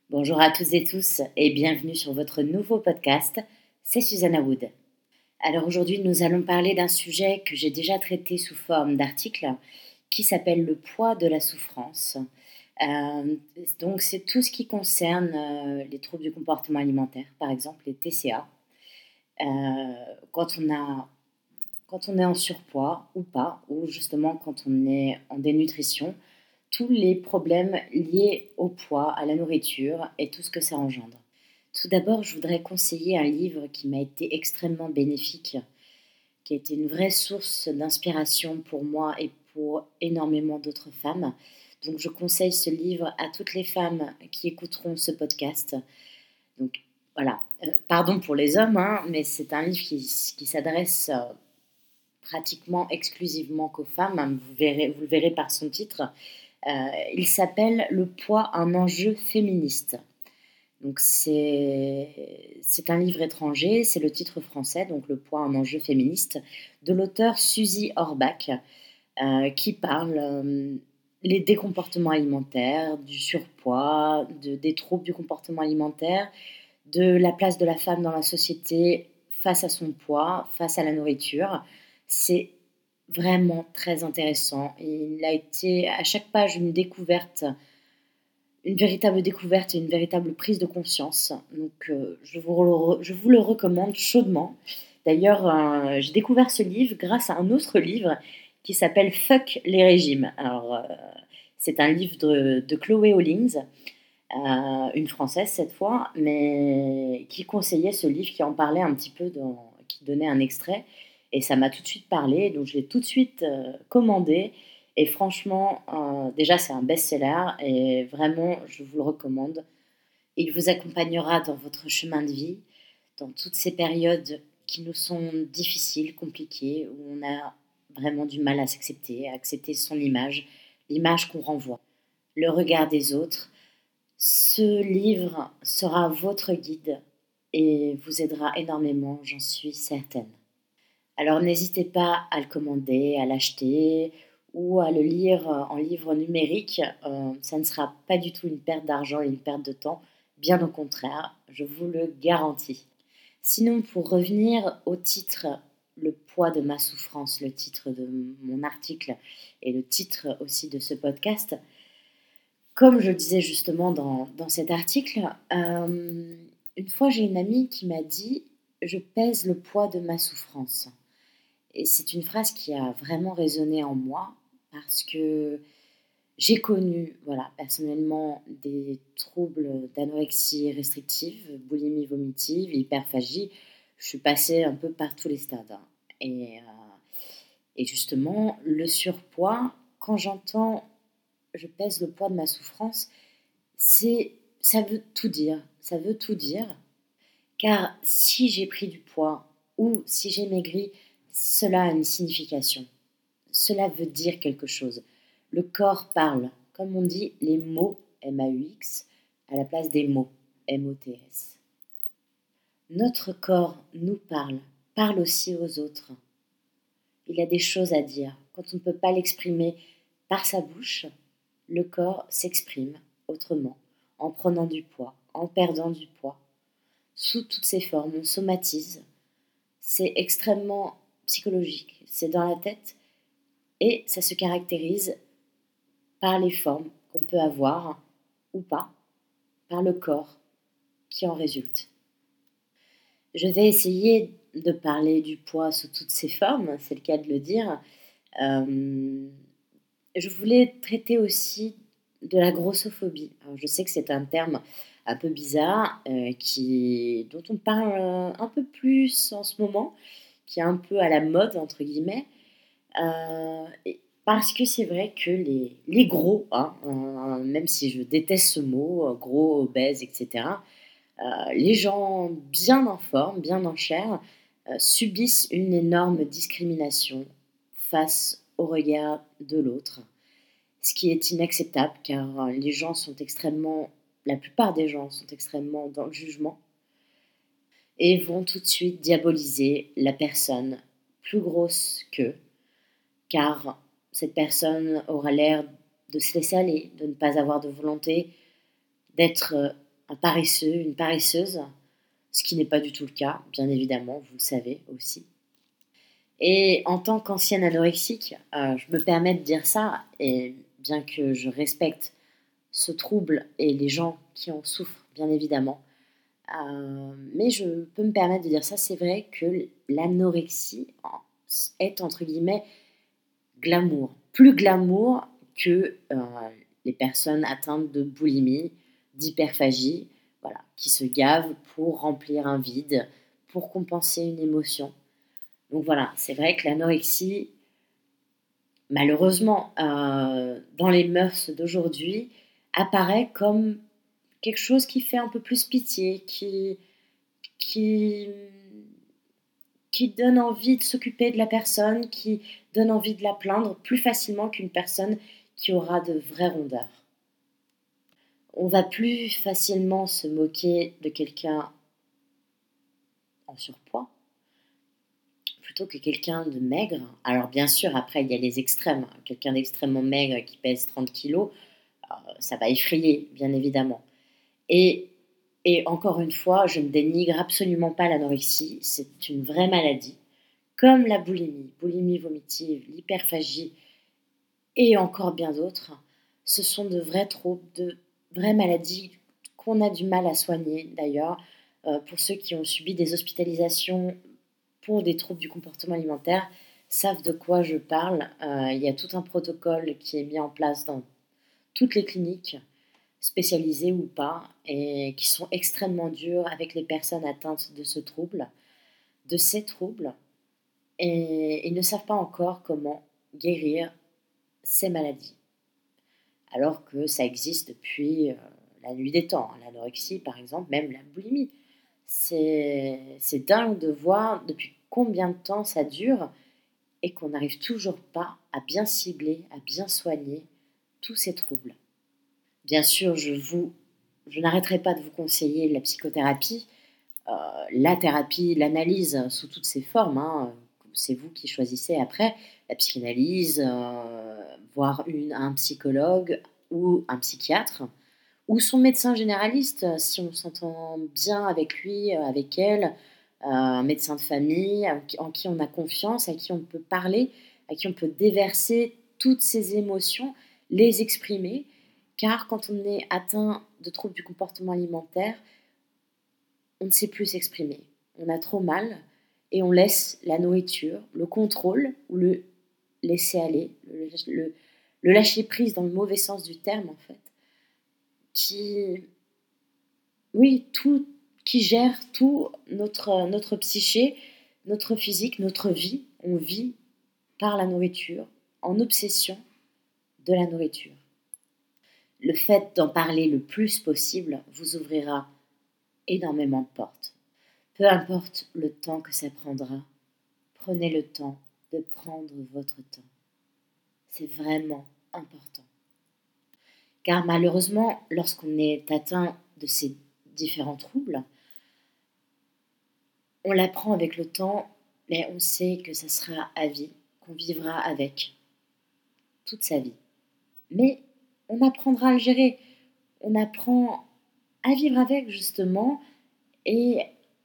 Bonjour à toutes et tous et bienvenue sur votre nouveau podcast, c'est Susanna Wood. Alors aujourd'hui nous allons parler d'un sujet que j'ai déjà traité sous forme d'article qui s'appelle le poids de la souffrance. Euh, donc c'est tout ce qui concerne les troubles du comportement alimentaire, par exemple les TCA. Euh, quand, quand on est en surpoids ou pas, ou justement quand on est en dénutrition, tous les problèmes liés au poids, à la nourriture et tout ce que ça engendre. Tout d'abord, je voudrais conseiller un livre qui m'a été extrêmement bénéfique, qui a été une vraie source d'inspiration pour moi et pour énormément d'autres femmes. Donc je conseille ce livre à toutes les femmes qui écouteront ce podcast. Donc voilà, pardon pour les hommes, hein, mais c'est un livre qui s'adresse pratiquement exclusivement qu'aux femmes, hein, vous le verrez par son titre. Il s'appelle Le poids, un enjeu féministe. Donc c'est un livre étranger, c'est le titre français, donc Le poids, un enjeu féministe, de l'auteur Suzy Orbach, qui parle des comportements alimentaires, du surpoids, des troubles du comportement alimentaire, de la place de la femme dans la société face à son poids, face à la nourriture. C'est vraiment très intéressant. Il a été à chaque page une découverte, une véritable découverte et une véritable prise de conscience. Donc je vous le recommande chaudement. D'ailleurs, j'ai découvert ce livre grâce à un autre livre qui s'appelle Fuck les régimes. Alors, c'est un livre de Chloé Hollings, une Française cette fois, mais qui conseillait ce livre, qui en parlait un petit peu, qui donnait un extrait. Et ça m'a tout de suite parlé, donc je l'ai tout de suite commandé. Et franchement, déjà c'est un best-seller et vraiment je vous le recommande. Il vous accompagnera dans votre chemin de vie, dans toutes ces périodes qui nous sont difficiles, compliquées, où on a vraiment du mal à s'accepter, à accepter son image, l'image qu'on renvoie, le regard des autres. Ce livre sera votre guide et vous aidera énormément, j'en suis certaine. Alors n'hésitez pas à le commander, à l'acheter ou à le lire en livre numérique. Ça ne sera pas du tout une perte d'argent et une perte de temps, bien au contraire, je vous le garantis. Sinon, pour revenir au titre, Le poids de ma souffrance, le titre de mon article et le titre aussi de ce podcast, comme je le disais justement dans cet article, une fois j'ai une amie qui m'a dit: «Je pèse le poids de ma souffrance». Et c'est une phrase qui a vraiment résonné en moi parce que j'ai connu, voilà, personnellement des troubles d'anorexie restrictive, boulimie vomitive, hyperphagie. Je suis passée un peu par tous les stades, hein. Et justement, le surpoids, quand j'entends «je pèse le poids de ma souffrance», c'est ça veut tout dire. Ça veut tout dire, car si j'ai pris du poids ou si j'ai maigri, cela a une signification. Cela veut dire quelque chose. Le corps parle. Comme on dit, les mots, M-A-U-X, à la place des mots, M-O-T-S. Notre corps nous parle, parle aussi aux autres. Il a des choses à dire. Quand on ne peut pas l'exprimer par sa bouche, le corps s'exprime autrement, en prenant du poids, en perdant du poids. Sous toutes ses formes, on somatise. C'est extrêmement psychologique. C'est dans la tête et ça se caractérise par les formes qu'on peut avoir ou pas, par le corps qui en résulte. Je vais essayer de parler du poids sous toutes ses formes, c'est le cas de le dire. Euh, je voulais traiter aussi de la grossophobie. Alors, je sais que c'est un terme un peu bizarre, dont on parle un peu plus en ce moment, qui est un peu à la mode, entre guillemets. Parce que c'est vrai que les gros, hein, même si je déteste ce mot, gros, obèses, etc., les gens bien en forme, bien en chair, subissent une énorme discrimination face au regard de l'autre, ce qui est inacceptable car les gens sont extrêmement, la plupart des gens sont extrêmement dans le jugement et vont tout de suite diaboliser la personne plus grosse qu'eux, car cette personne aura l'air de se laisser aller, de ne pas avoir de volonté, d'être un paresseux, une paresseuse, ce qui n'est pas du tout le cas, bien évidemment, vous le savez aussi. Et en tant qu'ancienne anorexique, je me permets de dire ça, et bien que je respecte ce trouble et les gens qui en souffrent, bien évidemment, mais je peux me permettre de dire ça, c'est vrai que l'anorexie est entre guillemets glamour. Plus glamour que les personnes atteintes de boulimie, d'hyperphagie, voilà, qui se gavent pour remplir un vide, pour compenser une émotion. Donc voilà, c'est vrai que l'anorexie, malheureusement, dans les mœurs d'aujourd'hui, apparaît comme quelque chose qui fait un peu plus pitié, qui qui donne envie de s'occuper de la personne, qui donne envie de la plaindre plus facilement qu'une personne qui aura de vraies rondeurs. On va plus facilement se moquer de quelqu'un en surpoids plutôt que quelqu'un de maigre. Alors bien sûr, après, il y a les extrêmes. Quelqu'un d'extrêmement maigre qui pèse 30 kilos, ça va effrayer, bien évidemment. Et, et encore une fois, je ne dénigre absolument pas l'anorexie. C'est une vraie maladie, comme la boulimie vomitive, l'hyperphagie et encore bien d'autres. Ce sont de vrais troubles, de vraies maladies qu'on a du mal à soigner d'ailleurs. Pour ceux qui ont subi des hospitalisations pour des troubles du comportement alimentaire, savent de quoi je parle. Il y a tout un protocole qui est mis en place dans toutes les cliniques, spécialisées ou pas, et qui sont extrêmement durs avec les personnes atteintes de ce trouble, de ces troubles, et ils ne savent pas encore comment guérir ces maladies. Alors que ça existe depuis la nuit des temps. L'anorexie, par exemple, même la boulimie. C'est dingue de voir depuis combien de temps ça dure et qu'on n'arrive toujours pas à bien cibler, à bien soigner tous ces troubles. Bien sûr, je n'arrêterai pas de vous conseiller la psychothérapie, la thérapie, l'analyse sous toutes ses formes, hein, c'est vous qui choisissez après, la psychanalyse, voir un psychologue ou un psychiatre, ou son médecin généraliste, si on s'entend bien avec lui, avec elle, un médecin de famille en qui on a confiance, à qui on peut parler, à qui on peut déverser toutes ses émotions, les exprimer, car quand on est atteint de troubles du comportement alimentaire, on ne sait plus s'exprimer. On a trop mal et on laisse la nourriture, le contrôle ou le laisser aller, le lâcher prise dans le mauvais sens du terme en fait, qui, oui, tout, qui gère tout notre psyché, notre physique, notre vie. On vit par la nourriture, en obsession de la nourriture. Le fait d'en parler le plus possible vous ouvrira énormément de portes. Peu importe le temps que ça prendra, prenez le temps de prendre votre temps. C'est vraiment important. Car malheureusement, lorsqu'on est atteint de ces différents troubles, on l'apprend avec le temps, mais on sait que ça sera à vie, qu'on vivra avec toute sa vie. Mais on apprendra à le gérer. On apprend à vivre avec, justement, et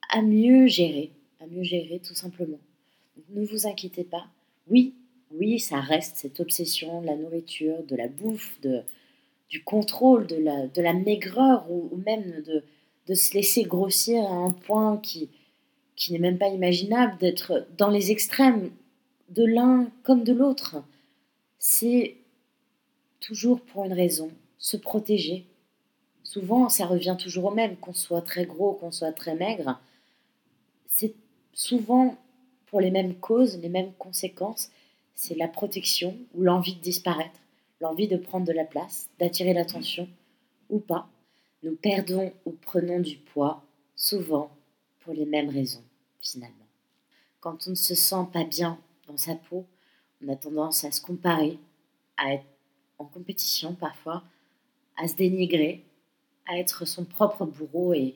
à mieux gérer tout simplement. Donc, ne vous inquiétez pas. Oui, oui, ça reste cette obsession de la nourriture, de la bouffe, du contrôle, de la maigreur ou même de se laisser grossir à un point qui n'est même pas imaginable, d'être dans les extrêmes de l'un comme de l'autre. C'est toujours pour une raison, se protéger. Souvent, ça revient toujours au même, qu'on soit très gros, qu'on soit très maigre. C'est souvent pour les mêmes causes, les mêmes conséquences. C'est la protection ou l'envie de disparaître, l'envie de prendre de la place, d'attirer l'attention ou pas. Nous perdons ou prenons du poids, souvent pour les mêmes raisons, finalement. Quand on ne se sent pas bien dans sa peau, on a tendance à se comparer, à être en compétition parfois, à se dénigrer, à être son propre bourreau et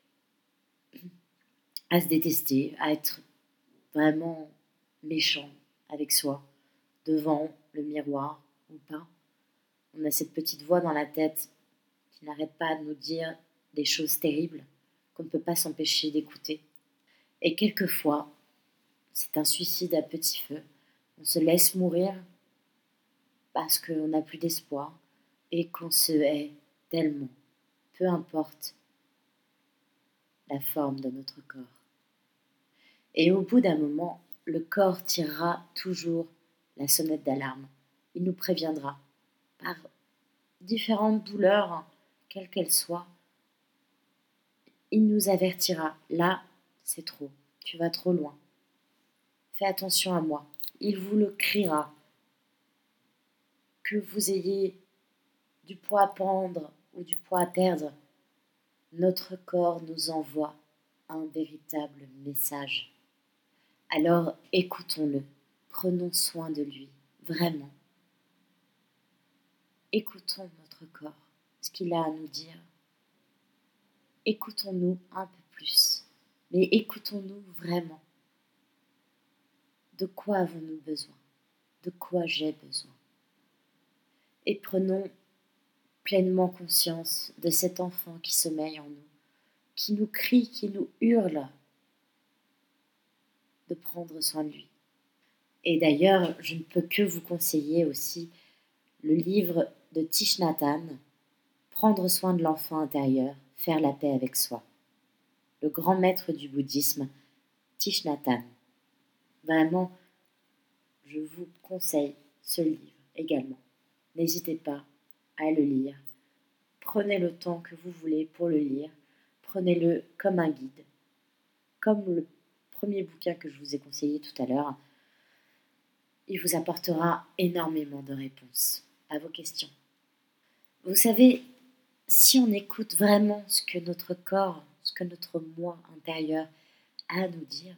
à se détester, à être vraiment méchant avec soi, devant le miroir ou pas. On a cette petite voix dans la tête qui n'arrête pas de nous dire des choses terribles qu'on ne peut pas s'empêcher d'écouter. Et quelquefois, c'est un suicide à petit feu. On se laisse mourir parce qu'on n'a plus d'espoir et qu'on se hait tellement, peu importe la forme de notre corps. Et au bout d'un moment, le corps tirera toujours la sonnette d'alarme. Il nous préviendra par différentes douleurs, quelles qu'elles soient. Il nous avertira. Là, c'est trop. Tu vas trop loin. Fais attention à moi. Il vous le criera. Que vous ayez du poids à prendre ou du poids à perdre, notre corps nous envoie un véritable message. Alors écoutons-le, prenons soin de lui, vraiment. Écoutons notre corps, ce qu'il a à nous dire. Écoutons-nous un peu plus, mais écoutons-nous vraiment. De quoi avons-nous besoin? De quoi j'ai besoin? Et prenons pleinement conscience de cet enfant qui sommeille en nous, qui nous crie, qui nous hurle de prendre soin de lui. Et d'ailleurs, je ne peux que vous conseiller aussi le livre de Thich Nhat Hanh, Prendre soin de l'enfant intérieur, faire la paix avec soi. Le grand maître du bouddhisme, Thich Nhat Hanh. Vraiment, je vous conseille ce livre également. N'hésitez pas à le lire. Prenez le temps que vous voulez pour le lire. Prenez-le comme un guide, comme le premier bouquin que je vous ai conseillé tout à l'heure. Il vous apportera énormément de réponses à vos questions. Vous savez, si on écoute vraiment ce que notre corps, ce que notre moi intérieur a à nous dire,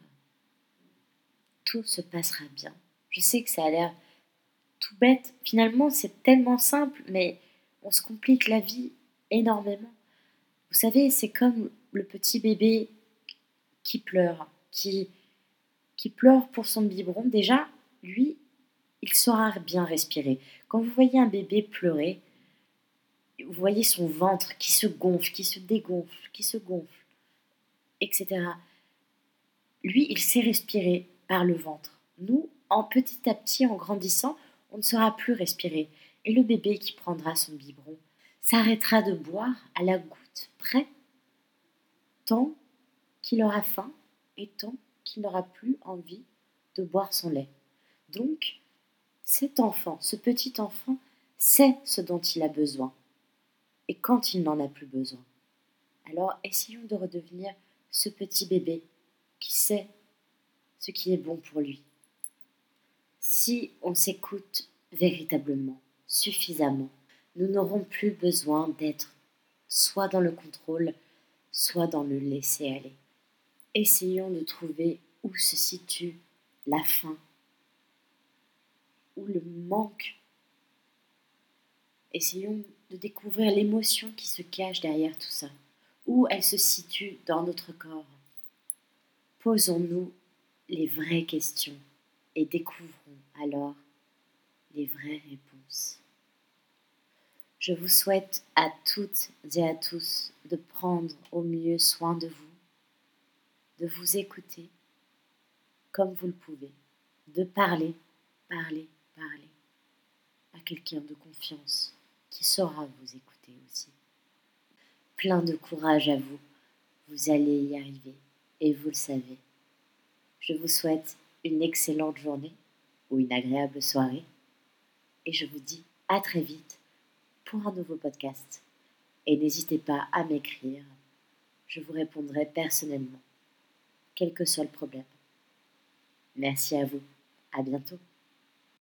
tout se passera bien. Je sais que ça a l'air tout bête. Finalement, c'est tellement simple, mais on se complique la vie énormément. Vous savez, c'est comme le petit bébé qui pleure, qui pleure pour son biberon. Déjà, lui, il saura bien respirer. Quand vous voyez un bébé pleurer, vous voyez son ventre qui se gonfle, qui se dégonfle, qui se gonfle, etc. Lui, il sait respirer par le ventre. Nous, en petit à petit, en grandissant, on ne saura plus respirer. Et le bébé qui prendra son biberon s'arrêtera de boire à la goutte près, tant qu'il aura faim et tant qu'il n'aura plus envie de boire son lait. Donc, cet enfant, ce petit enfant, sait ce dont il a besoin. Et quand il n'en a plus besoin. Alors, essayons de redevenir ce petit bébé qui sait ce qui est bon pour lui. Si on s'écoute véritablement, suffisamment, nous n'aurons plus besoin d'être soit dans le contrôle, soit dans le laisser-aller. Essayons de trouver où se situe la faim, où le manque. Essayons de découvrir l'émotion qui se cache derrière tout ça, où elle se situe dans notre corps. Posons-nous les vraies questions et découvrons alors les vraies réponses. Je vous souhaite à toutes et à tous de prendre au mieux soin de vous écouter comme vous le pouvez, de parler à quelqu'un de confiance qui saura vous écouter aussi. Plein de courage à vous, vous allez y arriver et vous le savez. Je vous souhaite une excellente journée ou une agréable soirée et je vous dis à très vite pour un nouveau podcast. Et n'hésitez pas à m'écrire, je vous répondrai personnellement, quel que soit le problème. Merci à vous, à bientôt.